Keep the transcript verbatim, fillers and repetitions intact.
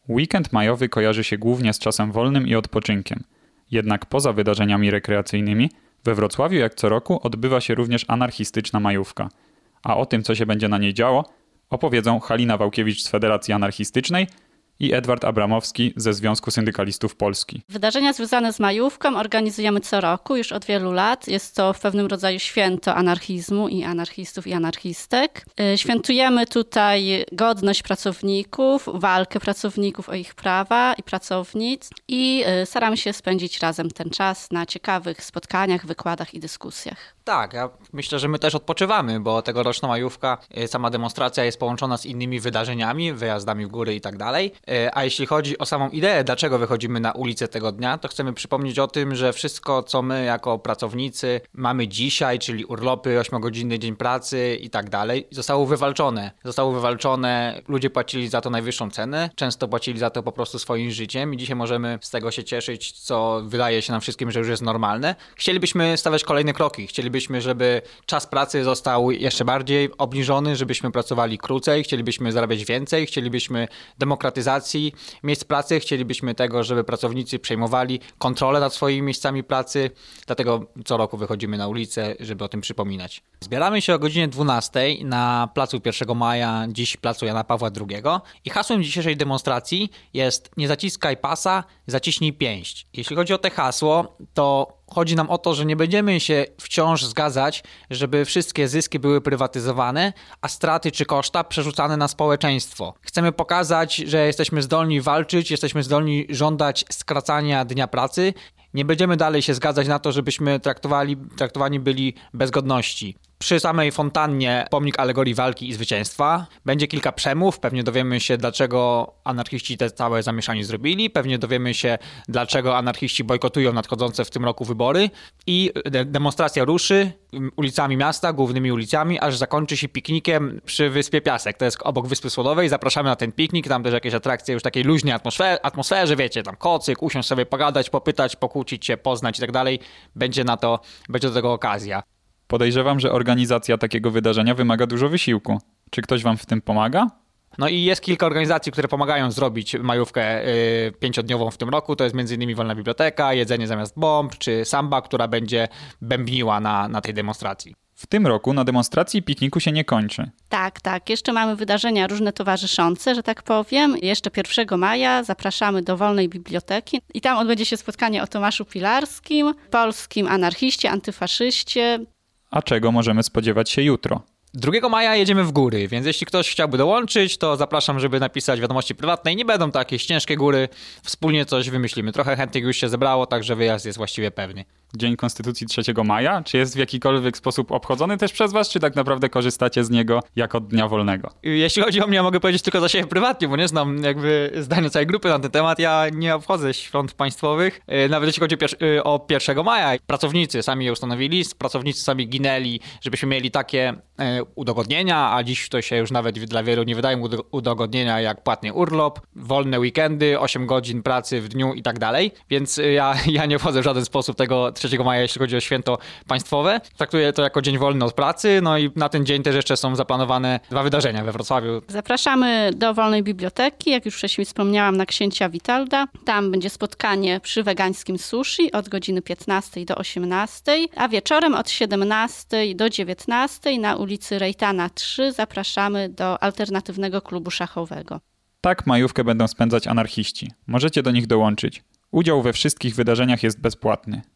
Weekend majowy kojarzy się głównie z czasem wolnym i odpoczynkiem. Jednak poza wydarzeniami rekreacyjnymi we Wrocławiu jak co roku odbywa się również anarchistyczna majówka. A o tym, co się będzie na niej działo, opowiedzą Halina Wałkiewicz z Federacji Anarchistycznej i Edward Abramowski ze Związku Syndykalistów Polski. Wydarzenia związane z majówką organizujemy co roku, już od wielu lat. Jest to w pewnym rodzaju święto anarchizmu i anarchistów i anarchistek. Świętujemy tutaj godność pracowników, walkę pracowników o ich prawa i pracownic i staramy się spędzić razem ten czas na ciekawych spotkaniach, wykładach i dyskusjach. Tak, ja myślę, że my też odpoczywamy, bo tegoroczna majówka, sama demonstracja jest połączona z innymi wydarzeniami, wyjazdami w góry i tak dalej. A jeśli chodzi o samą ideę, dlaczego wychodzimy na ulicę tego dnia, to chcemy przypomnieć o tym, że wszystko, co my jako pracownicy mamy dzisiaj, czyli urlopy, ośmiogodzinny dzień pracy i tak dalej, zostało wywalczone. Zostało wywalczone, ludzie płacili za to najwyższą cenę, często płacili za to po prostu swoim życiem i dzisiaj możemy z tego się cieszyć, co wydaje się nam wszystkim, że już jest normalne. Chcielibyśmy stawiać kolejne kroki, chcielibyśmy, żeby czas pracy został jeszcze bardziej obniżony, żebyśmy pracowali krócej, chcielibyśmy zarabiać więcej, chcielibyśmy demokratyzacji miejsc pracy, chcielibyśmy tego, żeby pracownicy przejmowali kontrolę nad swoimi miejscami pracy, dlatego co roku wychodzimy na ulicę, żeby o tym przypominać. Zbieramy się o godzinie dwunastej na placu pierwszego maja, dziś placu Jana Pawła drugiego i hasłem dzisiejszej demonstracji jest nie zaciskaj pasa, zaciśnij pięść. Jeśli chodzi o te hasło, to chodzi nam o to, że nie będziemy się wciąż zgadzać, żeby wszystkie zyski były prywatyzowane, a straty czy koszta przerzucane na społeczeństwo. Chcemy pokazać, że jesteśmy zdolni walczyć, jesteśmy zdolni żądać skracania dnia pracy. Nie będziemy dalej się zgadzać na to, żebyśmy traktowali, traktowani byli bez godności. Przy samej fontannie pomnik alegorii walki i zwycięstwa. Będzie kilka przemów, pewnie dowiemy się, dlaczego anarchiści te całe zamieszanie zrobili, pewnie dowiemy się, dlaczego anarchiści bojkotują nadchodzące w tym roku wybory i de- demonstracja ruszy ulicami miasta, głównymi ulicami, aż zakończy się piknikiem przy Wyspie Piasek. To jest obok Wyspy Słodowej, zapraszamy na ten piknik, tam też jakieś atrakcje już takiej luźnej atmosfer- atmosferze, wiecie, tam kocyk, usiąść sobie, pogadać, popytać, pokłócić się, poznać i tak dalej. Będzie na to, będzie do tego okazja. Podejrzewam, że organizacja takiego wydarzenia wymaga dużo wysiłku. Czy ktoś wam w tym pomaga? No i jest kilka organizacji, które pomagają zrobić majówkę yy, pięciodniową w tym roku. To jest między innymi Wolna Biblioteka, Jedzenie zamiast bomb, czy Samba, która będzie bębniła na, na tej demonstracji. W tym roku na demonstracji pikniku się nie kończy. Tak, tak. Jeszcze mamy wydarzenia różne towarzyszące, że tak powiem. Jeszcze pierwszego maja zapraszamy do Wolnej Biblioteki i tam odbędzie się spotkanie o Tomaszu Pilarskim, polskim anarchiście, antyfaszyście. A czego możemy spodziewać się jutro? drugiego maja jedziemy w góry, więc jeśli ktoś chciałby dołączyć, to zapraszam, żeby napisać wiadomości prywatnej. Nie będą to jakieś ciężkie góry, wspólnie coś wymyślimy. Trochę chętnych już się zebrało, także wyjazd jest właściwie pewny. Dzień Konstytucji trzeciego maja? Czy jest w jakikolwiek sposób obchodzony też przez was, czy tak naprawdę korzystacie z niego jako dnia wolnego? Jeśli chodzi o mnie, ja mogę powiedzieć tylko za siebie prywatnie, bo nie znam jakby zdania całej grupy na ten temat. Ja nie obchodzę świąt państwowych, nawet jeśli chodzi o pierwszego maja. Pracownicy sami je ustanowili, pracownicy sami ginęli, żebyśmy mieli takie udogodnienia, a dziś to się już nawet dla wielu nie wydają udogodnienia jak płatny urlop, wolne weekendy, osiem godzin pracy w dniu i tak dalej, więc ja, ja nie obchodzę w żaden sposób tego trzeciego maja, jeśli chodzi o święto państwowe. Traktuję to jako dzień wolny od pracy, no i na ten dzień też jeszcze są zaplanowane dwa wydarzenia we Wrocławiu. Zapraszamy do Wolnej Biblioteki, jak już wcześniej wspomniałam, na Księcia Witolda. Tam będzie spotkanie przy wegańskim sushi od godziny piętnastej do osiemnastej, a wieczorem od siedemnastej do dziewiętnastej na ulicy Rejtana trzy zapraszamy do alternatywnego klubu szachowego. Tak majówkę będą spędzać anarchiści. Możecie do nich dołączyć. Udział we wszystkich wydarzeniach jest bezpłatny.